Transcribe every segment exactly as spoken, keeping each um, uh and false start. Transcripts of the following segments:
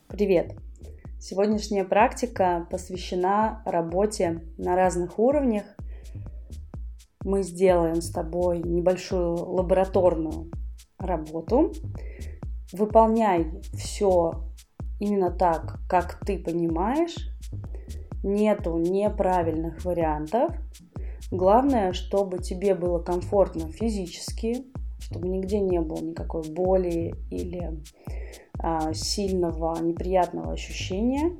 Привет! Сегодняшняя практика посвящена работе на разных уровнях. Мы сделаем с тобой небольшую лабораторную работу. Выполняй все именно так, как ты понимаешь. Нету неправильных вариантов. Главное, чтобы тебе было комфортно физически, чтобы нигде не было никакой боли или а, сильного неприятного ощущения.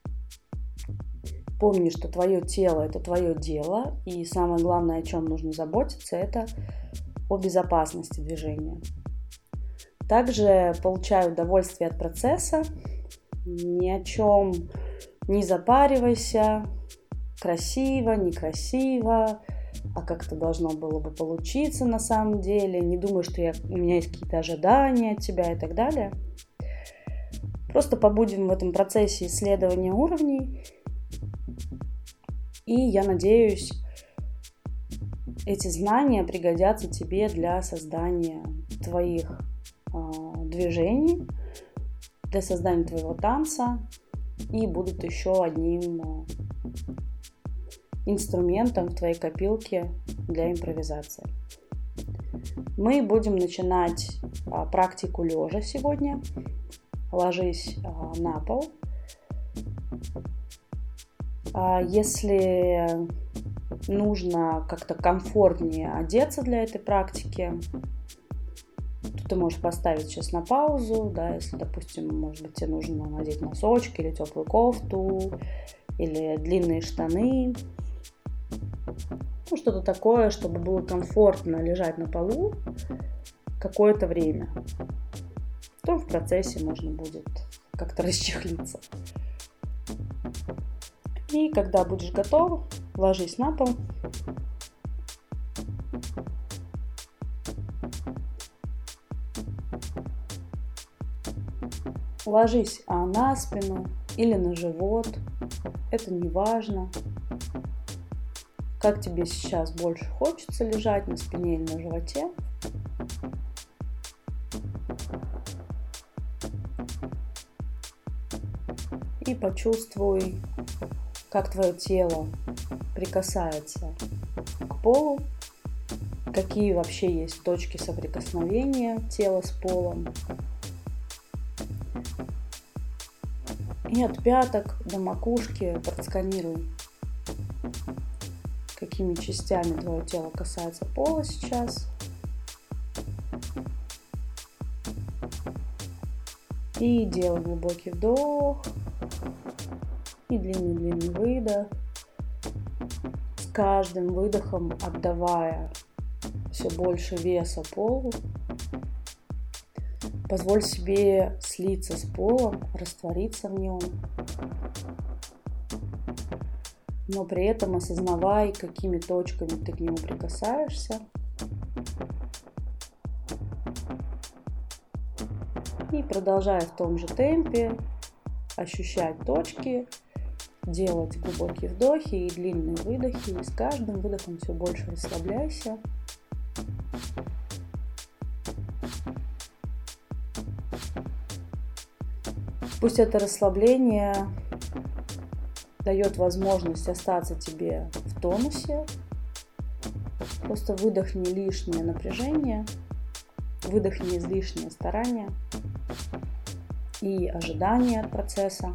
Помни, что твое тело – это твое дело, и самое главное, о чем нужно заботиться, это о безопасности движения. Также получай удовольствие от процесса, ни о чем не запаривайся, красиво, некрасиво, а как это должно было бы получиться на самом деле, не думай, что я, у меня есть какие-то ожидания от тебя и так далее. Просто побудем в этом процессе исследования уровней, и я надеюсь, эти знания пригодятся тебе для создания твоих э, движений, для создания твоего танца и будут еще одним э, инструментом в твоей копилке для импровизации. Мы будем начинать а, практику лежа сегодня. Ложись а, на пол. А, если нужно как-то комфортнее одеться для этой практики, то ты можешь поставить сейчас на паузу, да, если, допустим, может быть, тебе нужно надеть носочки или теплую кофту, или длинные штаны. Ну, что-то такое, чтобы было комфортно лежать на полу какое-то время. То в процессе можно будет как-то расчехлиться. И когда будешь готов, ложись на пол. Ложись а на спину или на живот. Это не важно. Как тебе сейчас больше хочется лежать, на спине или на животе. И почувствуй, как твое тело прикасается к полу, какие вообще есть точки соприкосновения тела с полом. И от пяток до макушки просканируй, какими частями твое тело касается пола сейчас. И делай глубокий вдох и длинный-длинный выдох. С каждым выдохом отдавая все больше веса полу. Позволь себе слиться с полом, раствориться в нем. Но при этом осознавай, какими точками ты к нему прикасаешься. И продолжай в том же темпе ощущать точки, делать глубокие вдохи и длинные выдохи. И с каждым выдохом все больше расслабляйся. Пусть это расслабление дает возможность остаться тебе в тонусе. Просто выдохни лишнее напряжение, выдохни излишнее старание и ожидание от процесса,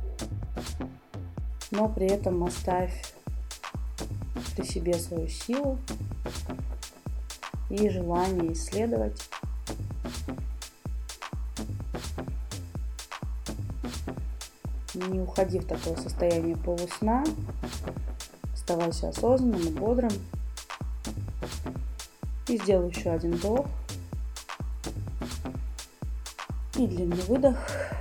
но при этом оставь при себе свою силу и желание исследовать. Не уходи в такое состояние полусна, оставайся осознанным и бодрым. И сделай еще один вдох и длинный выдох.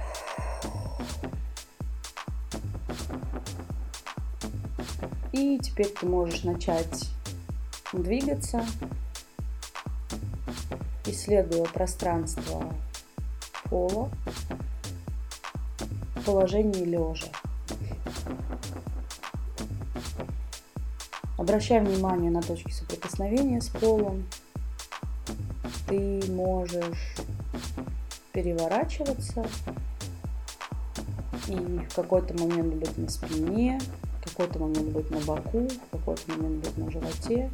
И теперь ты можешь начать двигаться, исследуя пространство пола в положении лежа. Обращай внимание на точки соприкосновения с полом. Ты можешь переворачиваться И в какой-то момент быть на спине, в какой-то момент быть на боку, в какой-то момент быть на животе.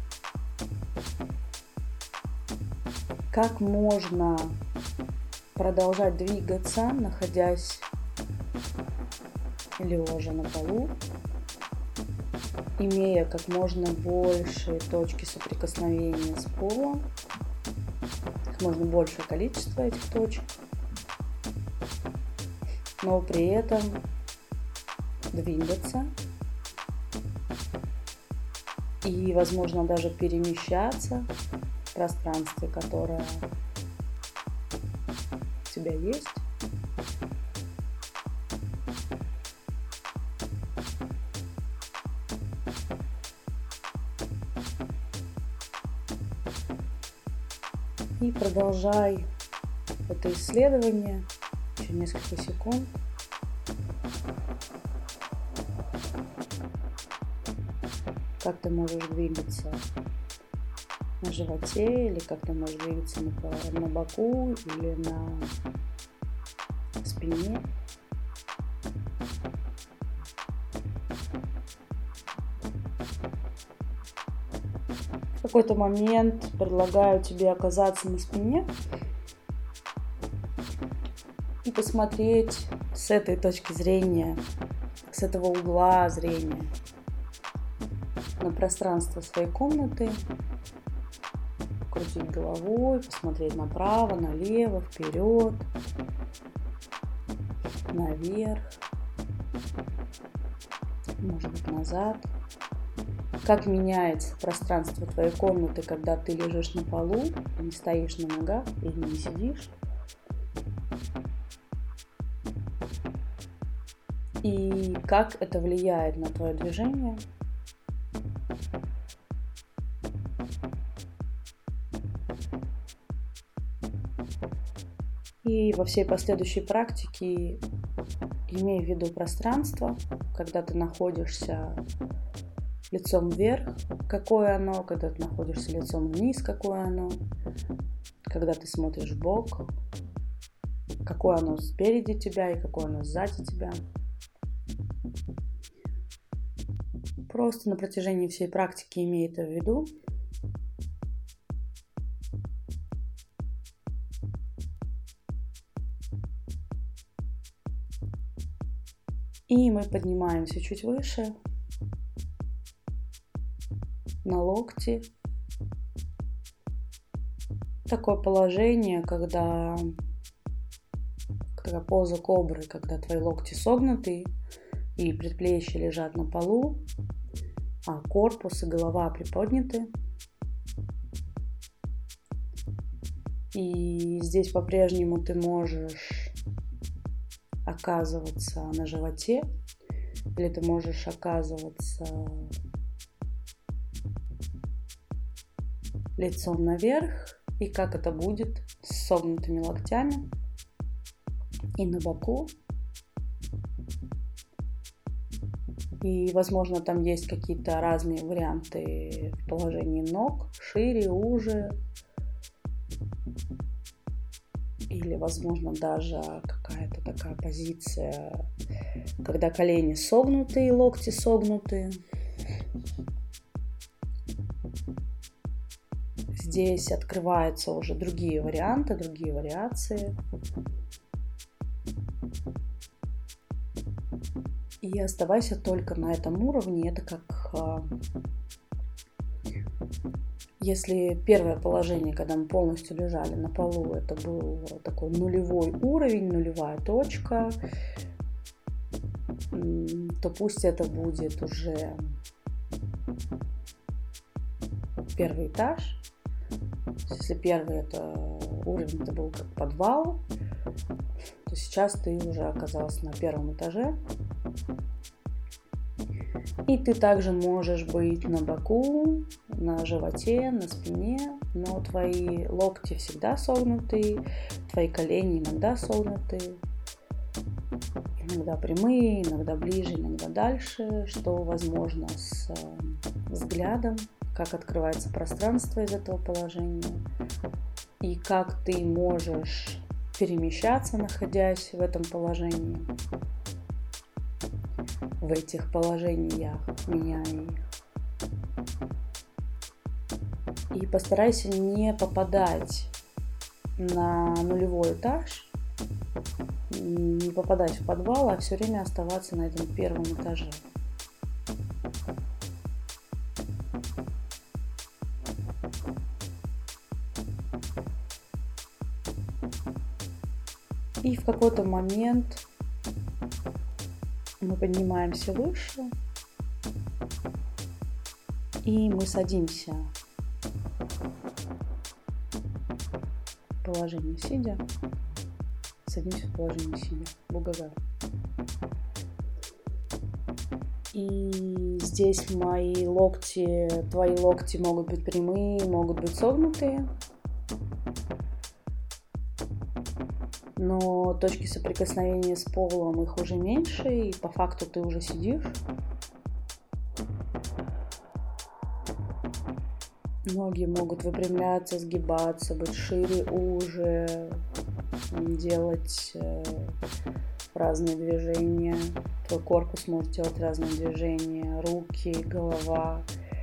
Как можно продолжать двигаться, находясь лежа на полу, имея как можно больше точки соприкосновения с полом, как можно большее количество этих точек, но при этом двигаться и, возможно, даже перемещаться в пространстве, которое у тебя есть. И продолжай это исследование еще несколько секунд. Как ты можешь двигаться на животе, или как ты можешь двигаться на, на боку или на спине. В какой-то момент предлагаю тебе оказаться на спине и посмотреть с этой точки зрения, с этого угла зрения на пространство своей комнаты, крутить головой, посмотреть направо, налево, вперед, наверх, может быть, назад. Как меняется пространство твоей комнаты, когда ты лежишь на полу, не стоишь на ногах или не сидишь. И как это влияет на твое движение. И во всей последующей практике имей в виду пространство, когда ты находишься лицом вверх, какое оно, когда ты находишься лицом вниз, какое оно, когда ты смотришь в бок, какое оно спереди тебя и какое оно сзади тебя. Просто на протяжении всей практики имей это в виду. И мы поднимаемся чуть выше, на локти. Такое положение, когда, когда поза кобры, когда твои локти согнуты и предплечья лежат на полу, а корпус и голова приподняты. И здесь по-прежнему ты можешь оказываться на животе, или ты можешь оказываться лицом наверх, и как это будет с согнутыми локтями и на боку. И, возможно, там есть какие-то разные варианты в положении ног, шире, уже, или, возможно, даже какая-то такая позиция, когда колени согнуты и локти согнуты. Здесь открываются уже другие варианты, другие вариации. И оставайся только на этом уровне. Это как если первое положение, когда мы полностью лежали на полу, это был такой нулевой уровень, нулевая точка, то пусть это будет уже первый этаж. Если первый это уровень, это был как подвал, то сейчас ты уже оказался на первом этаже. И ты также можешь быть на боку, на животе, на спине, но твои локти всегда согнуты, твои колени иногда согнуты, иногда прямые, иногда ближе, иногда дальше, что возможно с взглядом, как открывается пространство из этого положения и как ты можешь перемещаться, находясь в этом положении, в этих положениях, меняя их. И постарайся не попадать на нулевой этаж, не попадать в подвал, а все время оставаться на этом первом этаже. И в какой-то момент мы поднимаемся выше, и мы садимся в положение сидя. Садимся в положение сидя. Бугага. И здесь мои локти, твои локти могут быть прямые, могут быть согнутые. Но точки соприкосновения с полом их уже меньше, и по факту ты уже сидишь. Ноги могут выпрямляться, сгибаться, быть шире, уже, делать разные движения. Твой корпус может делать разные движения, руки, голова.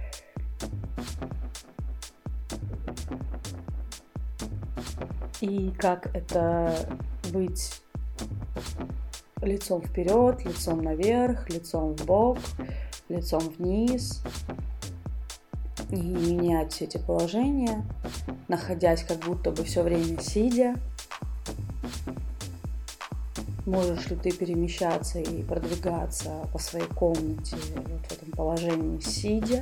И как это быть лицом вперед, лицом наверх, лицом в бок, лицом вниз. И менять все эти положения, находясь как будто бы все время сидя. Можешь ли ты перемещаться и продвигаться по своей комнате вот в этом положении сидя.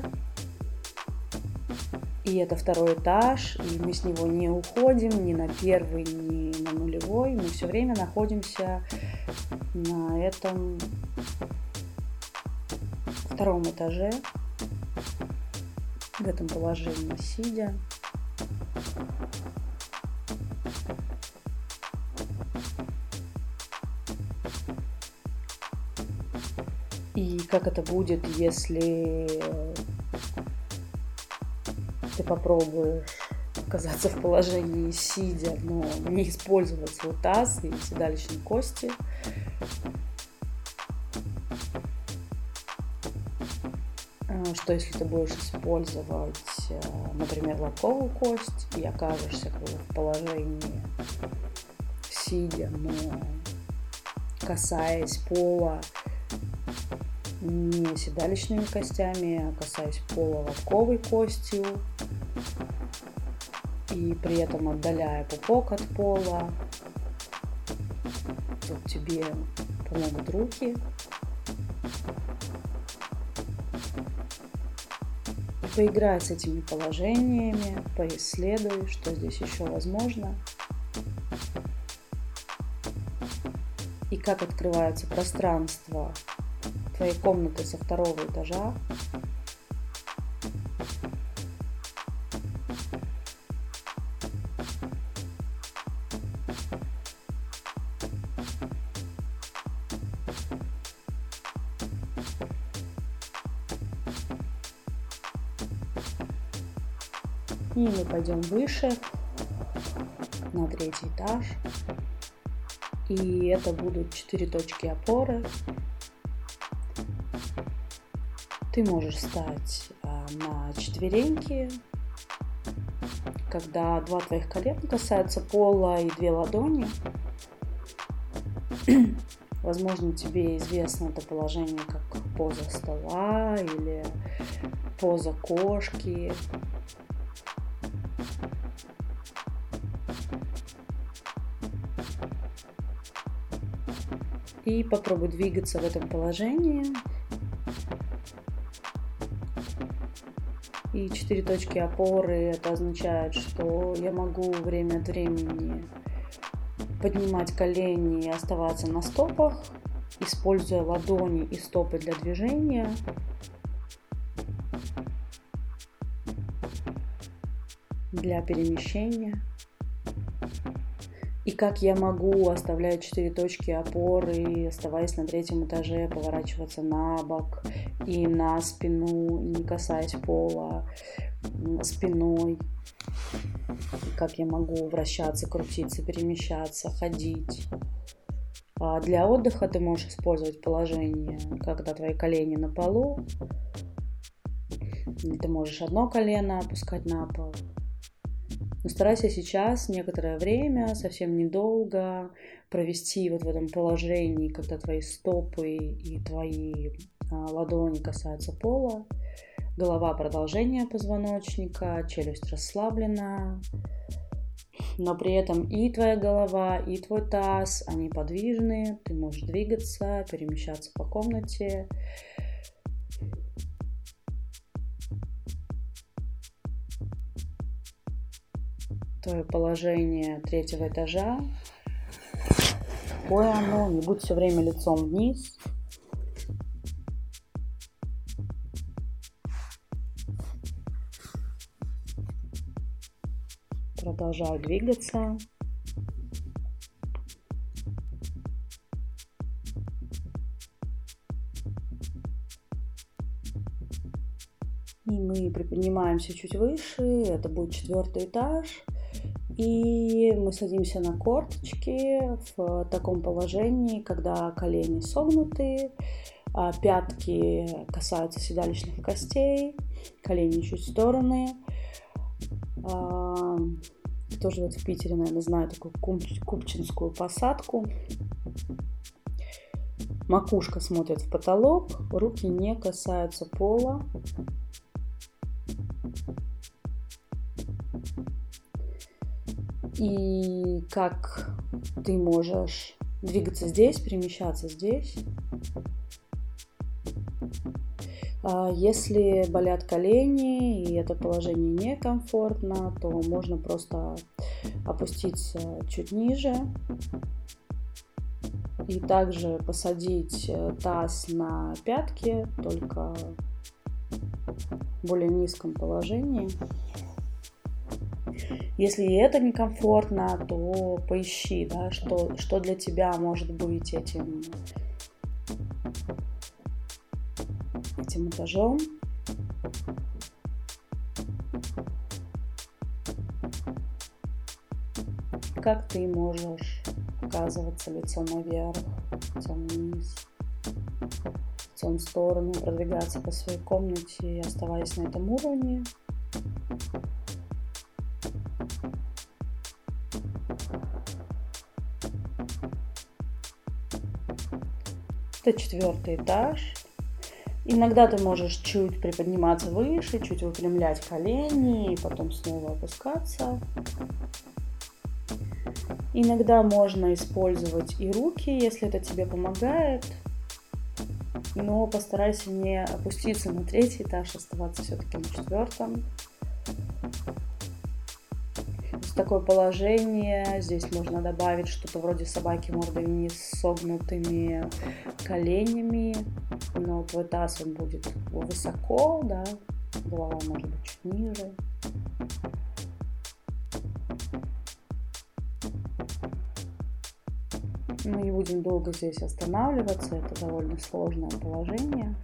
И это второй этаж, и мы с него не уходим ни на первый, ни на нулевой. Мы все время находимся на этом втором этаже, в этом положении сидя. И как это будет, если ты попробуешь оказаться в положении сидя, но не использовать свой таз и седалищные кости. Что если ты будешь использовать, например, лобковую кость и окажешься как бы в положении сидя, но касаясь пола не седалищными костями, а касаясь пола лобковой костью и при этом отдаляя пупок от пола. Тут тебе помогут руки. Поиграй с этими положениями, поисследуй, что здесь еще возможно. И как открывается пространство твоей комнаты со второго этажа. И мы пойдем выше, на третий этаж. И это будут четыре точки опоры. Ты можешь встать а, на четвереньки, когда два твоих колена касаются пола и две ладони. Возможно, тебе известно это положение как поза стола или поза кошки. И попробуй двигаться в этом положении. И четыре точки опоры, это означает, что я могу время от времени поднимать колени и оставаться на стопах, используя ладони и стопы для движения. Для перемещения. И как я могу оставлять четыре точки опоры, оставаясь на третьем этаже, поворачиваться на бок и на спину, не касаясь пола спиной. Как я могу вращаться, крутиться, перемещаться, ходить. А для отдыха ты можешь использовать положение, когда твои колени на полу. Или ты можешь одно колено опускать на пол. Но старайся сейчас некоторое время, совсем недолго, провести вот в этом положении, когда твои стопы и твои а, ладони касаются пола. Голова — продолжение позвоночника, челюсть расслаблена. Но при этом и твоя голова, и твой таз, они подвижны. Ты можешь двигаться, перемещаться по комнате. Твое положение третьего этажа. Какое оно? Не будь все время лицом вниз. Продолжаю двигаться. И мы приподнимаемся чуть выше. Это будет четвертый этаж. И мы садимся на корточки в таком положении, когда колени согнуты, пятки касаются седалищных костей, колени чуть в стороны. Кто живет в Питере, наверное, знает такую купчинскую посадку. Макушка смотрит в потолок, руки не касаются пола. И как ты можешь двигаться здесь, перемещаться здесь. Если болят колени и это положение некомфортно, то можно просто опуститься чуть ниже и также посадить таз на пятки, только в более низком положении. Если и это некомфортно, то поищи, да, что, что для тебя может быть этим, этим этажом. Как ты можешь оказываться лицом наверх, лицом вниз, лицом в сторону, продвигаться по своей комнате, оставаясь на этом уровне. Это четвертый этаж. Иногда ты можешь чуть приподниматься выше, чуть выпрямлять колени и потом снова опускаться. Иногда можно использовать и руки, если это тебе помогает. Но постарайся не опуститься на третий этаж, оставаться все-таки на четвертом. Такое положение. Здесь можно добавить что-то вроде собаки мордой вниз с согнутыми коленями. Но твой таз, он будет высоко, да, голова может быть чуть ниже. Мы не будем долго здесь останавливаться, это довольно сложное положение.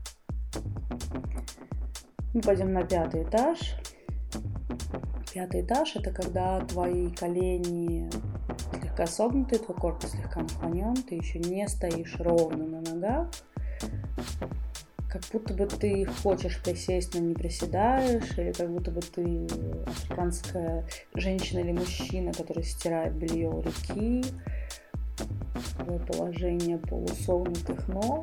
Мы пойдем на пятый этаж. Пятый этаж — это когда твои колени слегка согнуты, твой корпус слегка наклонен, ты еще не стоишь ровно на ногах, как будто бы ты хочешь присесть, но не приседаешь, или как будто бы ты африканская женщина или мужчина, который стирает белье у реки. Твое положение полусогнутых ног.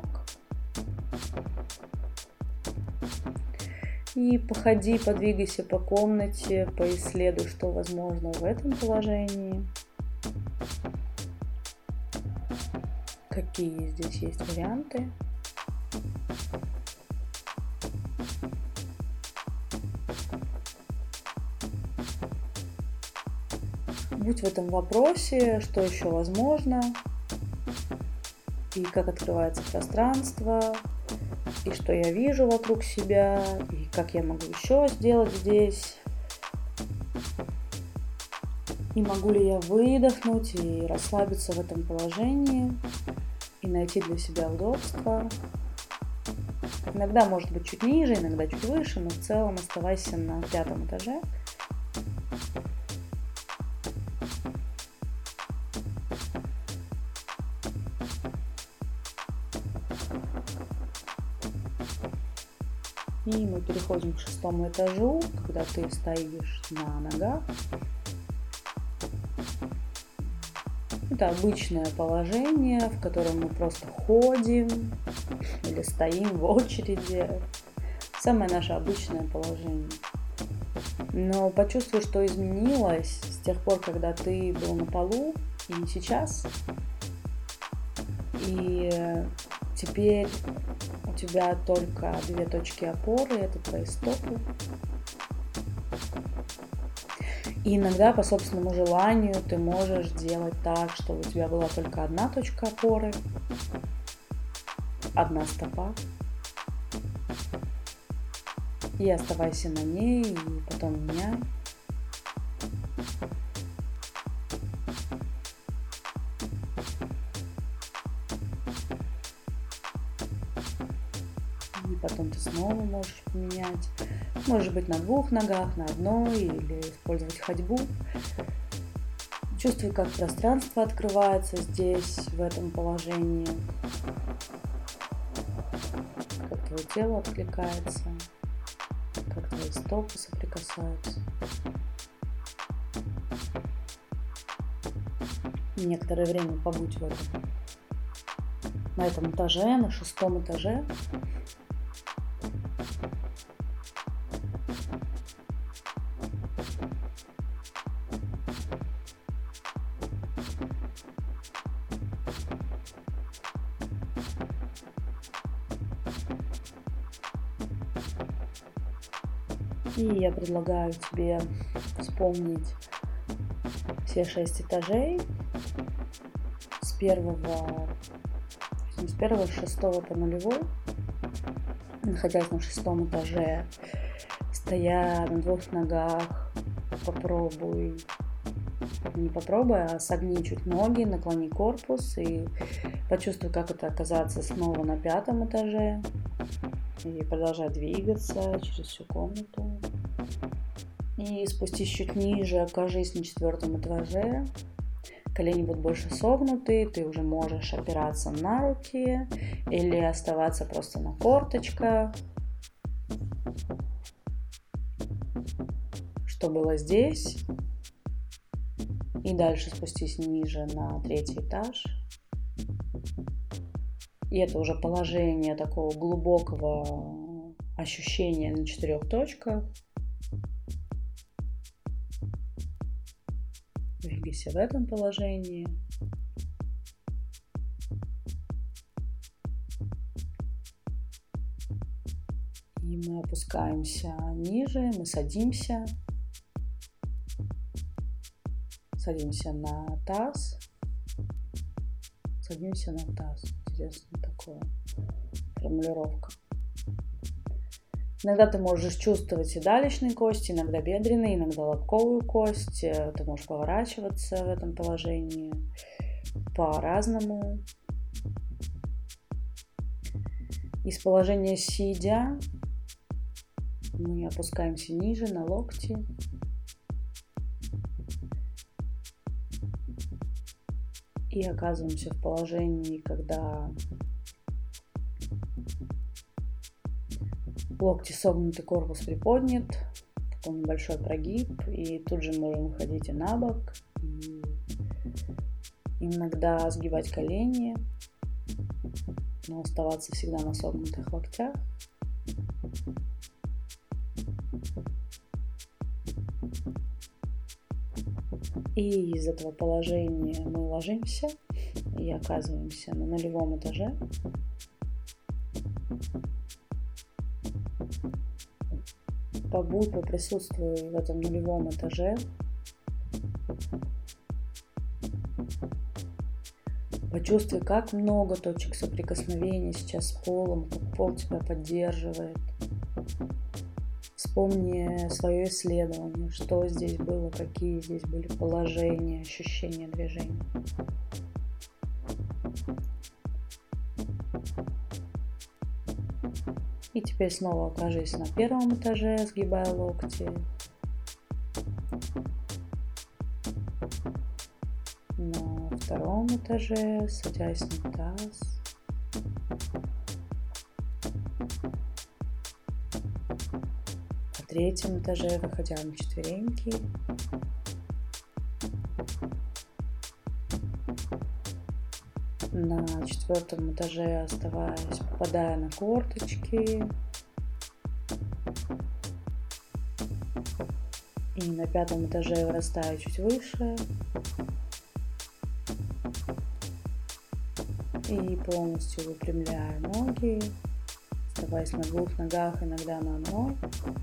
И походи, подвигайся по комнате, поисследуй, что возможно в этом положении. Какие здесь есть варианты. Будь в этом вопросе, что еще возможно, и как открывается пространство, и что я вижу вокруг себя, и как я могу еще сделать здесь. И могу ли я выдохнуть и расслабиться в этом положении и найти для себя удобство. Иногда может быть чуть ниже, иногда чуть выше, но в целом оставайся на пятом этаже. И мы переходим к шестому этажу, когда ты стоишь на ногах. Это обычное положение, в котором мы просто ходим или стоим в очереди. Самое наше обычное положение. Но почувствуй, что изменилось с тех пор, когда ты был на полу, и сейчас. И теперь у тебя только две точки опоры, это твои стопы. И иногда по собственному желанию ты можешь делать так, чтобы у тебя была только одна точка опоры, одна стопа. И оставайся на ней, и потом меняй. И потом ты снова можешь поменять. Может быть, на двух ногах, на одной, или использовать ходьбу. Чувствуй, как пространство открывается здесь, в этом положении. Как твое тело откликается. Как твои стопы соприкасаются. Некоторое время побудь в этом. На этом этаже, на шестом этаже. И я предлагаю тебе вспомнить все шесть этажей с первого, с первого, с шестого по нулевой, находясь на шестом этаже, стоя на двух ногах, попробуй, не попробуй, а согни чуть ноги, наклони корпус и почувствуй, как это оказаться снова на пятом этаже. И продолжай двигаться через всю комнату. И спустись чуть ниже, окажись на четвертом этаже. Колени будут больше согнуты, ты уже можешь опираться на руки или оставаться просто на корточках. Что было здесь. И дальше спустись ниже на третий этаж. И это уже положение такого глубокого ощущения на четырех точках. Двигайся в этом положении. И мы опускаемся ниже, мы садимся. Садимся на таз. Садимся на таз. Интересная такая формулировка. Иногда ты можешь чувствовать седалищные кости, иногда бедренные, иногда лобковую кость. Ты можешь поворачиваться в этом положении по-разному. Из положения сидя мы опускаемся ниже на локти. И оказываемся в положении, когда локти согнуты, корпус приподнят, такой небольшой прогиб, и тут же можем уходить и на бок, и иногда сгибать колени, но оставаться всегда на согнутых локтях. И из этого положения мы ложимся и оказываемся на нулевом этаже. Побудь, поприсутствуй в этом нулевом этаже. Почувствуй, как много точек соприкосновения сейчас с полом, как пол тебя поддерживает. Вспомни свое исследование, что здесь было, какие здесь были положения, ощущения движения. И теперь снова окажись на первом этаже, сгибая локти. На втором этаже, садясь на таз. На третьем этаже, выходя на четвереньки. На четвертом этаже оставаясь, попадая на корточки. И на пятом этаже вырастая чуть выше. И полностью выпрямляя ноги, оставаясь на двух ногах, иногда на одной.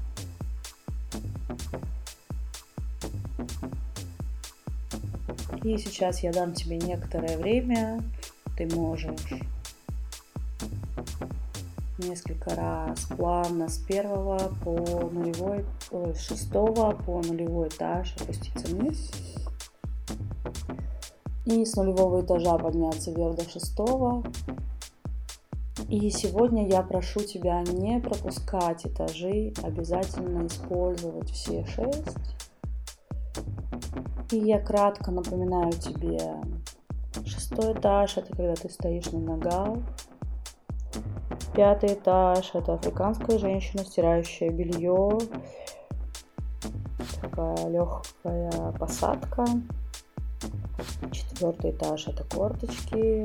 И сейчас я дам тебе некоторое время. Ты можешь несколько раз плавно с первого по нулевой, ой, с шестого по нулевой этаж опуститься вниз. И с нулевого этажа подняться вверх до шестого. И сегодня я прошу тебя не пропускать этажи, обязательно использовать все шесть. И я кратко напоминаю тебе, шестой этаж — это когда ты стоишь на ногах. Пятый этаж — это африканская женщина, стирающая белье. Такая легкая посадка. Четвертый этаж — это корточки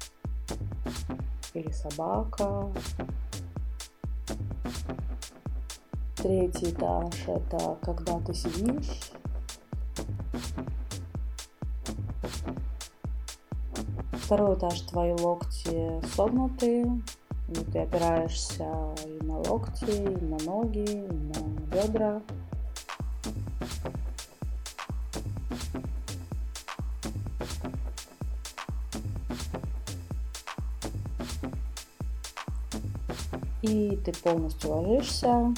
или собака. Третий этаж — это когда ты сидишь. Второй этаж — твои локти согнуты, и ты опираешься и на локти, и на ноги, и на бедра. И ты полностью ложишься.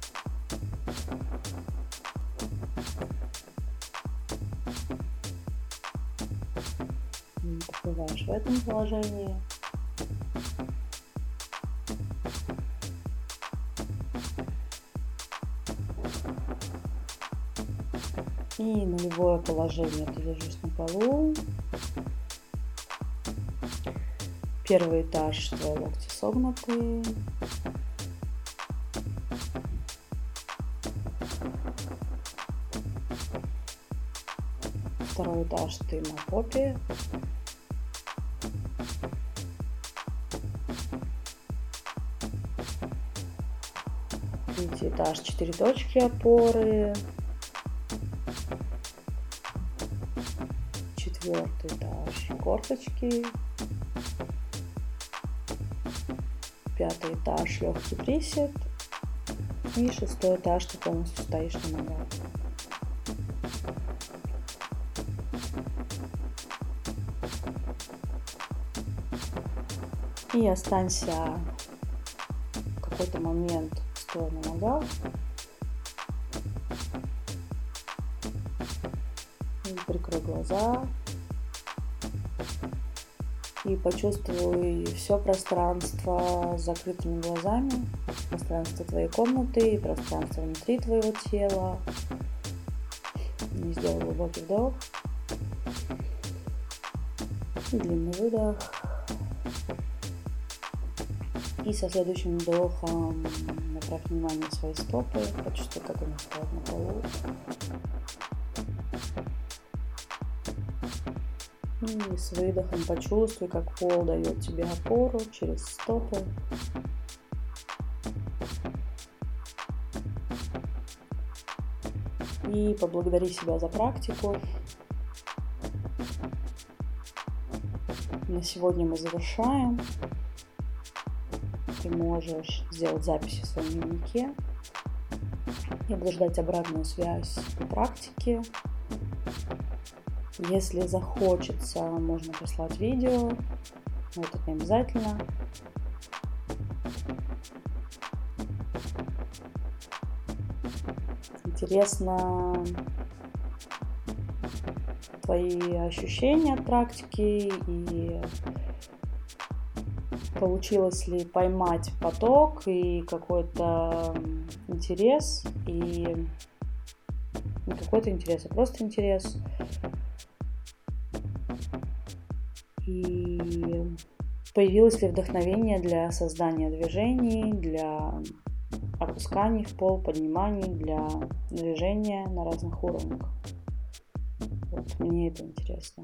И побываешь в этом положении. И нулевое положение. Ты лежишь на полу. Первый этаж, твои локти согнуты. Второй этаж, ты на попе. Третий этаж, четыре точки опоры. Четвертый этаж, корточки. Пятый этаж, легкий присед. И шестой этаж, ты полностью стоишь на ногах. И останься в какой-то момент стоя на ногах. И прикрой глаза. И почувствуй все пространство с закрытыми глазами. Пространство твоей комнаты и пространство внутри твоего тела. И сделай глубокий вдох. И длинный выдох. И со следующим вдохом направь внимание на свои стопы. Почувствуй, как они стоят на полу. И с выдохом почувствуй, как пол дает тебе опору через стопы. И поблагодари себя за практику. На сегодня мы завершаем. Ты можешь сделать записи в своем дневнике и обсуждать обратную связь по практике. Если захочется, можно прислать видео, но это не обязательно. Интересно твои ощущения от практики и получилось ли поймать поток и какой-то интерес, и не какой-то интерес, а просто интерес. И появилось ли вдохновение для создания движений, для опусканий в пол, подниманий, для движения на разных уровнях. Вот мне это интересно.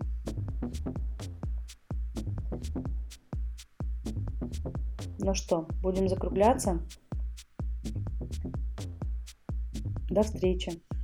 Ну что, будем закругляться? До встречи!